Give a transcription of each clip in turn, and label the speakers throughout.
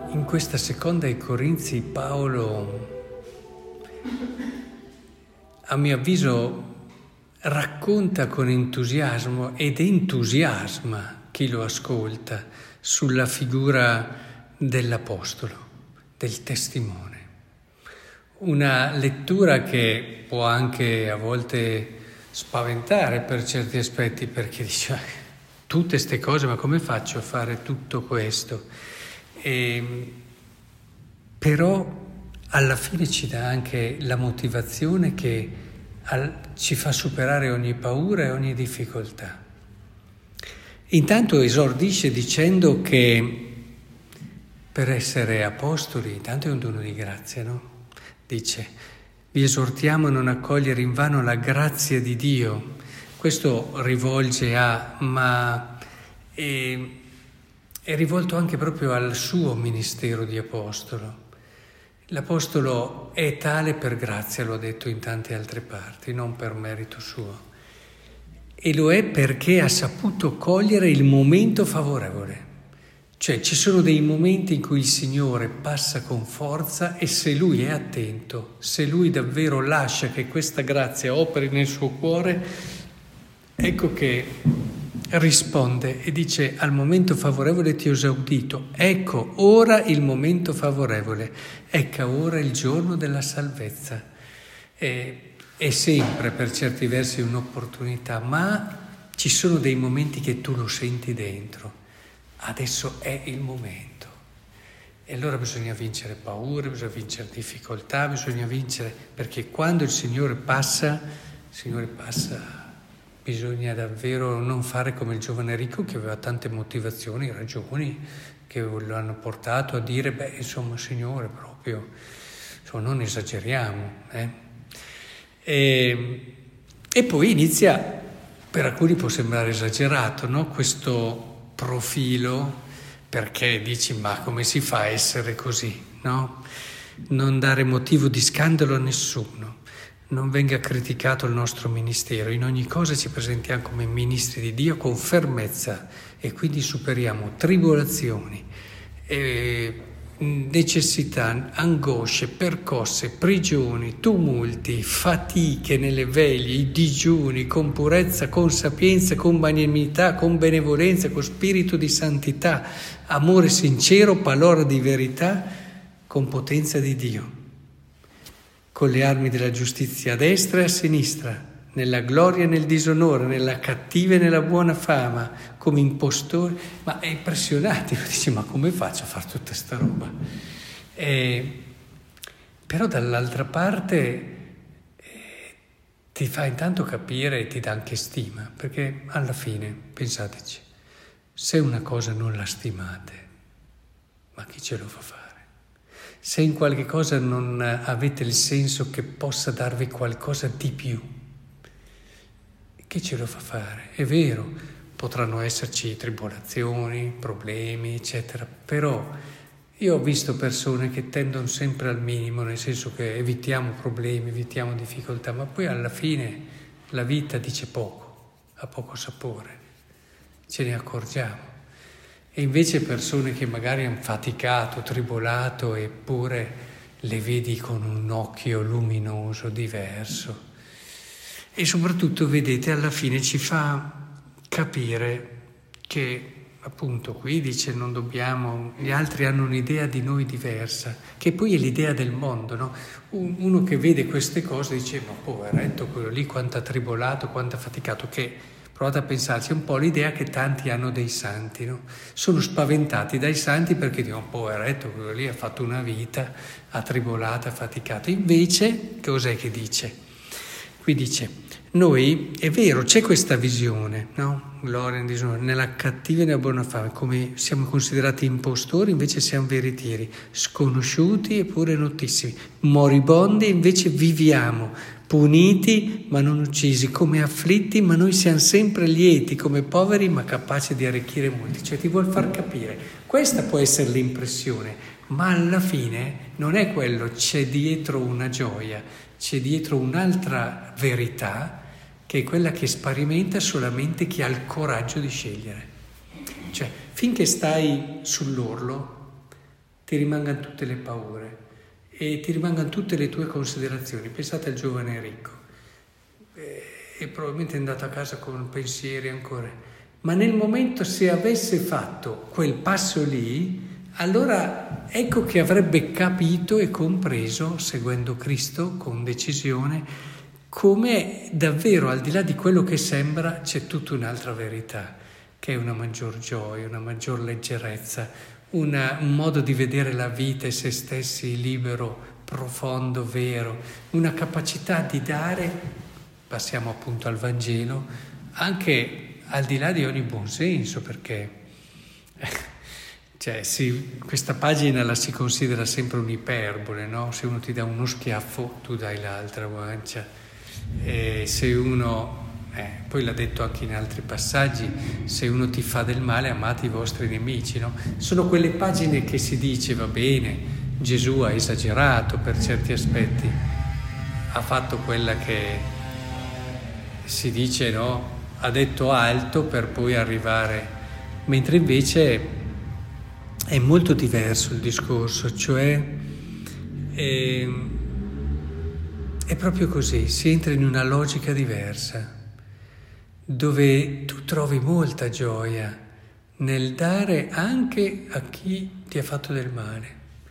Speaker 1: In questa seconda ai Corinzi Paolo, a mio avviso, racconta con entusiasmo ed entusiasma chi lo ascolta sulla figura dell'apostolo, del testimone. Una lettura che può anche a volte spaventare per certi aspetti, perché dice tutte ste cose, ma come faccio a fare tutto questo? Però alla fine ci dà anche la motivazione che ci fa superare ogni paura e ogni difficoltà. Intanto esordisce dicendo che per essere apostoli, intanto è un dono di grazia, no? Dice, vi esortiamo a non accogliere invano la grazia di Dio. Questo rivolge è rivolto anche proprio al suo ministero di apostolo. L'apostolo è tale per grazia, lo ha detto in tante altre parti, non per merito suo. E lo è perché ha saputo cogliere il momento favorevole. Cioè ci sono dei momenti in cui il Signore passa con forza e se Lui è attento, se Lui davvero lascia che questa grazia operi nel suo cuore, ecco che risponde e dice al momento favorevole ti ho esaudito, ecco ora il momento favorevole, ecco ora il giorno della salvezza. È sempre per certi versi un'opportunità, ma ci sono dei momenti che tu lo senti dentro, adesso è il momento. E allora bisogna vincere paure, bisogna vincere difficoltà, bisogna vincere, perché quando il Signore passa, bisogna davvero non fare come il giovane ricco che aveva tante motivazioni, ragioni che lo hanno portato a dire, insomma, Signore, proprio, insomma, non esageriamo. E poi inizia, per alcuni può sembrare esagerato, no? Questo profilo, perché dici, ma come si fa a essere così, no? Non dare motivo di scandalo a nessuno. Non venga criticato il nostro ministero, in ogni cosa ci presentiamo come ministri di Dio con fermezza e quindi superiamo tribolazioni, necessità, angosce, percosse, prigioni, tumulti, fatiche nelle veglie, digiuni, con purezza, con sapienza, con magnanimità, con benevolenza, con spirito di santità, amore sincero, parola di verità, con potenza di Dio. Con le armi della giustizia a destra e a sinistra, nella gloria e nel disonore, nella cattiva e nella buona fama, come impostori. Ma è impressionante, dici, ma come faccio a fare tutta sta roba? Però dall'altra parte ti fa intanto capire e ti dà anche stima, perché alla fine, pensateci, se una cosa non la stimate, ma chi ce lo fa fare? Se in qualche cosa non avete il senso che possa darvi qualcosa di più, che ce lo fa fare? È vero, potranno esserci tribolazioni, problemi, eccetera, però io ho visto persone che tendono sempre al minimo, nel senso che evitiamo problemi, evitiamo difficoltà, ma poi alla fine la vita dice poco, ha poco sapore, ce ne accorgiamo. E invece persone che magari hanno faticato, tribolato, eppure le vedi con un occhio luminoso, diverso. E soprattutto, vedete, alla fine ci fa capire che, appunto, qui dice non dobbiamo, gli altri hanno un'idea di noi diversa, che poi è l'idea del mondo, no? Uno che vede queste cose dice, ma poveretto, quello lì quanto ha tribolato, quanto ha faticato, che... Provate a pensarci, è un po' l'idea che tanti hanno dei santi, no? Sono spaventati dai santi perché dicono, poveretto, quello lì ha fatto una vita, ha tribolato, ha faticato. Invece, cos'è che dice? Qui dice, noi, è vero, c'è questa visione, no? Gloria in disonore, nella cattiva e nella buona fame, come siamo considerati impostori, invece siamo veritieri, sconosciuti eppure notissimi, moribondi, invece viviamo, puniti ma non uccisi, come afflitti ma noi siamo sempre lieti, come poveri ma capaci di arricchire molti. Cioè ti vuol far capire, questa può essere l'impressione, ma alla fine non è quello, c'è dietro una gioia, c'è dietro un'altra verità che è quella che sperimenta solamente chi ha il coraggio di scegliere. Cioè finché stai sull'orlo ti rimangano tutte le paure e ti rimangano tutte le tue considerazioni. Pensate al giovane ricco, e probabilmente è andato a casa con pensieri ancora, ma nel momento, se avesse fatto quel passo lì, allora ecco che avrebbe capito e compreso, seguendo Cristo con decisione, come davvero al di là di quello che sembra c'è tutta un'altra verità, che è una maggior gioia, una maggior leggerezza, un modo di vedere la vita e se stessi libero, profondo, vero, una capacità di dare, passiamo appunto al Vangelo, anche al di là di ogni buonsenso, perché questa pagina la si considera sempre un'iperbole, no? Se uno ti dà uno schiaffo, tu dai l'altra guancia. E se uno, poi l'ha detto anche in altri passaggi, se uno ti fa del male, amate i vostri nemici, no? Sono quelle pagine che si dice, va bene, Gesù ha esagerato per certi aspetti, ha fatto quella che si dice, no? Ha detto alto per poi arrivare, mentre invece è molto diverso il discorso, cioè è proprio così, si entra in una logica diversa, dove tu trovi molta gioia nel dare anche a chi ti ha fatto del male,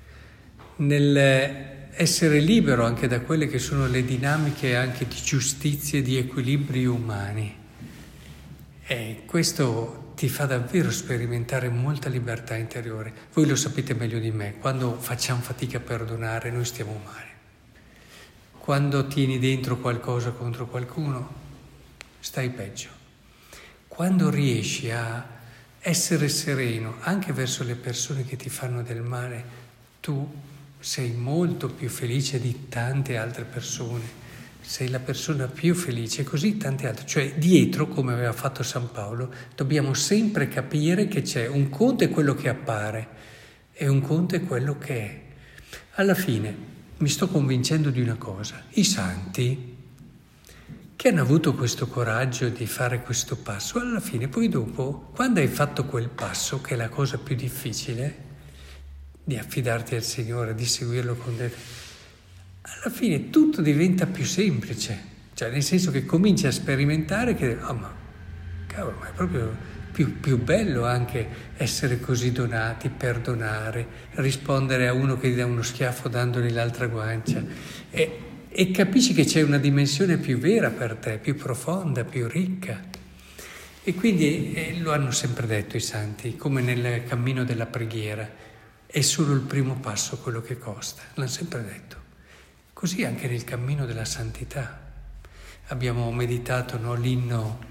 Speaker 1: nel essere libero anche da quelle che sono le dinamiche anche di giustizia e di equilibri umani. E questo ti fa davvero sperimentare molta libertà interiore. Voi lo sapete meglio di me, quando facciamo fatica a perdonare noi stiamo male. Quando tieni dentro qualcosa contro qualcuno, stai peggio. Quando riesci a essere sereno anche verso le persone che ti fanno del male, tu sei molto più felice di tante altre persone. Sei la persona più felice, così tante altre. Cioè dietro, come aveva fatto San Paolo, dobbiamo sempre capire che c'è un conto è quello che appare e un conto è quello che è. Alla fine mi sto convincendo di una cosa, i santi che hanno avuto questo coraggio di fare questo passo, alla fine poi dopo, quando hai fatto quel passo, che è la cosa più difficile, di affidarti al Signore, di seguirlo con alla fine tutto diventa più semplice, cioè nel senso che cominci a sperimentare che, ma cavolo, ma è proprio più bello anche essere così donati, perdonare, rispondere a uno che ti dà uno schiaffo dandogli l'altra guancia e capisci che c'è una dimensione più vera per te, più profonda, più ricca. E quindi lo hanno sempre detto i santi, come nel cammino della preghiera, è solo il primo passo quello che costa, l'hanno sempre detto. Così anche nel cammino della santità. Abbiamo meditato, no, l'inno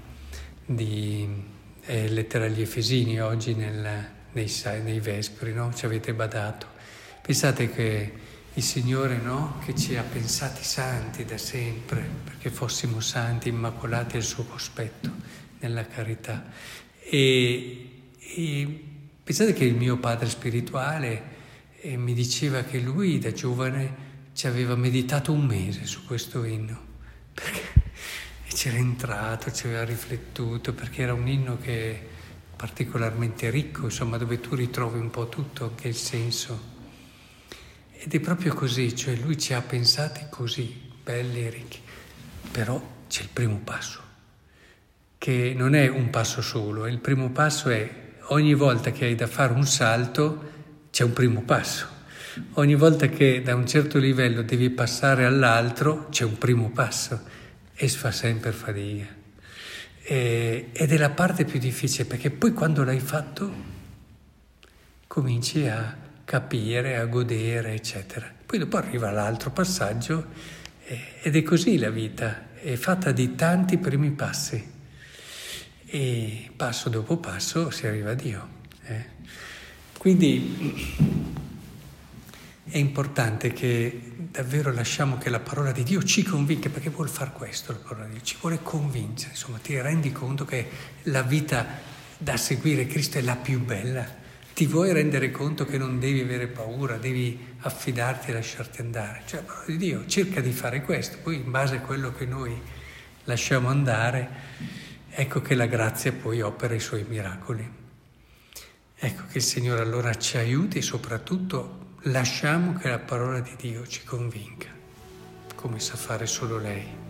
Speaker 1: di lettera agli Efesini oggi nei Vespri, no? Ci avete badato. Pensate che il Signore, no, che ci ha pensati santi da sempre, perché fossimo santi, immacolati al suo cospetto, nella carità. E pensate che il mio padre spirituale mi diceva che lui da giovane ci aveva meditato 1 mese su questo inno, perché c'era entrato, ci aveva riflettuto, perché era un inno che è particolarmente ricco, insomma, dove tu ritrovi un po' tutto, anche il senso. Ed è proprio così, cioè lui ci ha pensati così, belli e ricchi. Però c'è il primo passo, che non è un passo solo, il primo passo è ogni volta che hai da fare un salto c'è un primo passo. Ogni volta che da un certo livello devi passare all'altro c'è un primo passo. E si fa sempre fatica. Ed è la parte più difficile, perché poi quando l'hai fatto cominci a capire, a godere, eccetera. Poi dopo arriva l'altro passaggio ed è così la vita, è fatta di tanti primi passi. E passo dopo passo si arriva a Dio. Quindi è importante che davvero lasciamo che la parola di Dio ci convinca, perché vuol far questo la parola di Dio, ci vuole convincere, insomma ti rendi conto che la vita da seguire Cristo è la più bella, ti vuoi rendere conto che non devi avere paura, devi affidarti e lasciarti andare, cioè la parola di Dio cerca di fare questo, poi in base a quello che noi lasciamo andare, ecco che la grazia poi opera i suoi miracoli. Ecco, che il Signore allora ci aiuti e soprattutto lasciamo che la parola di Dio ci convinca, come sa fare solo lei.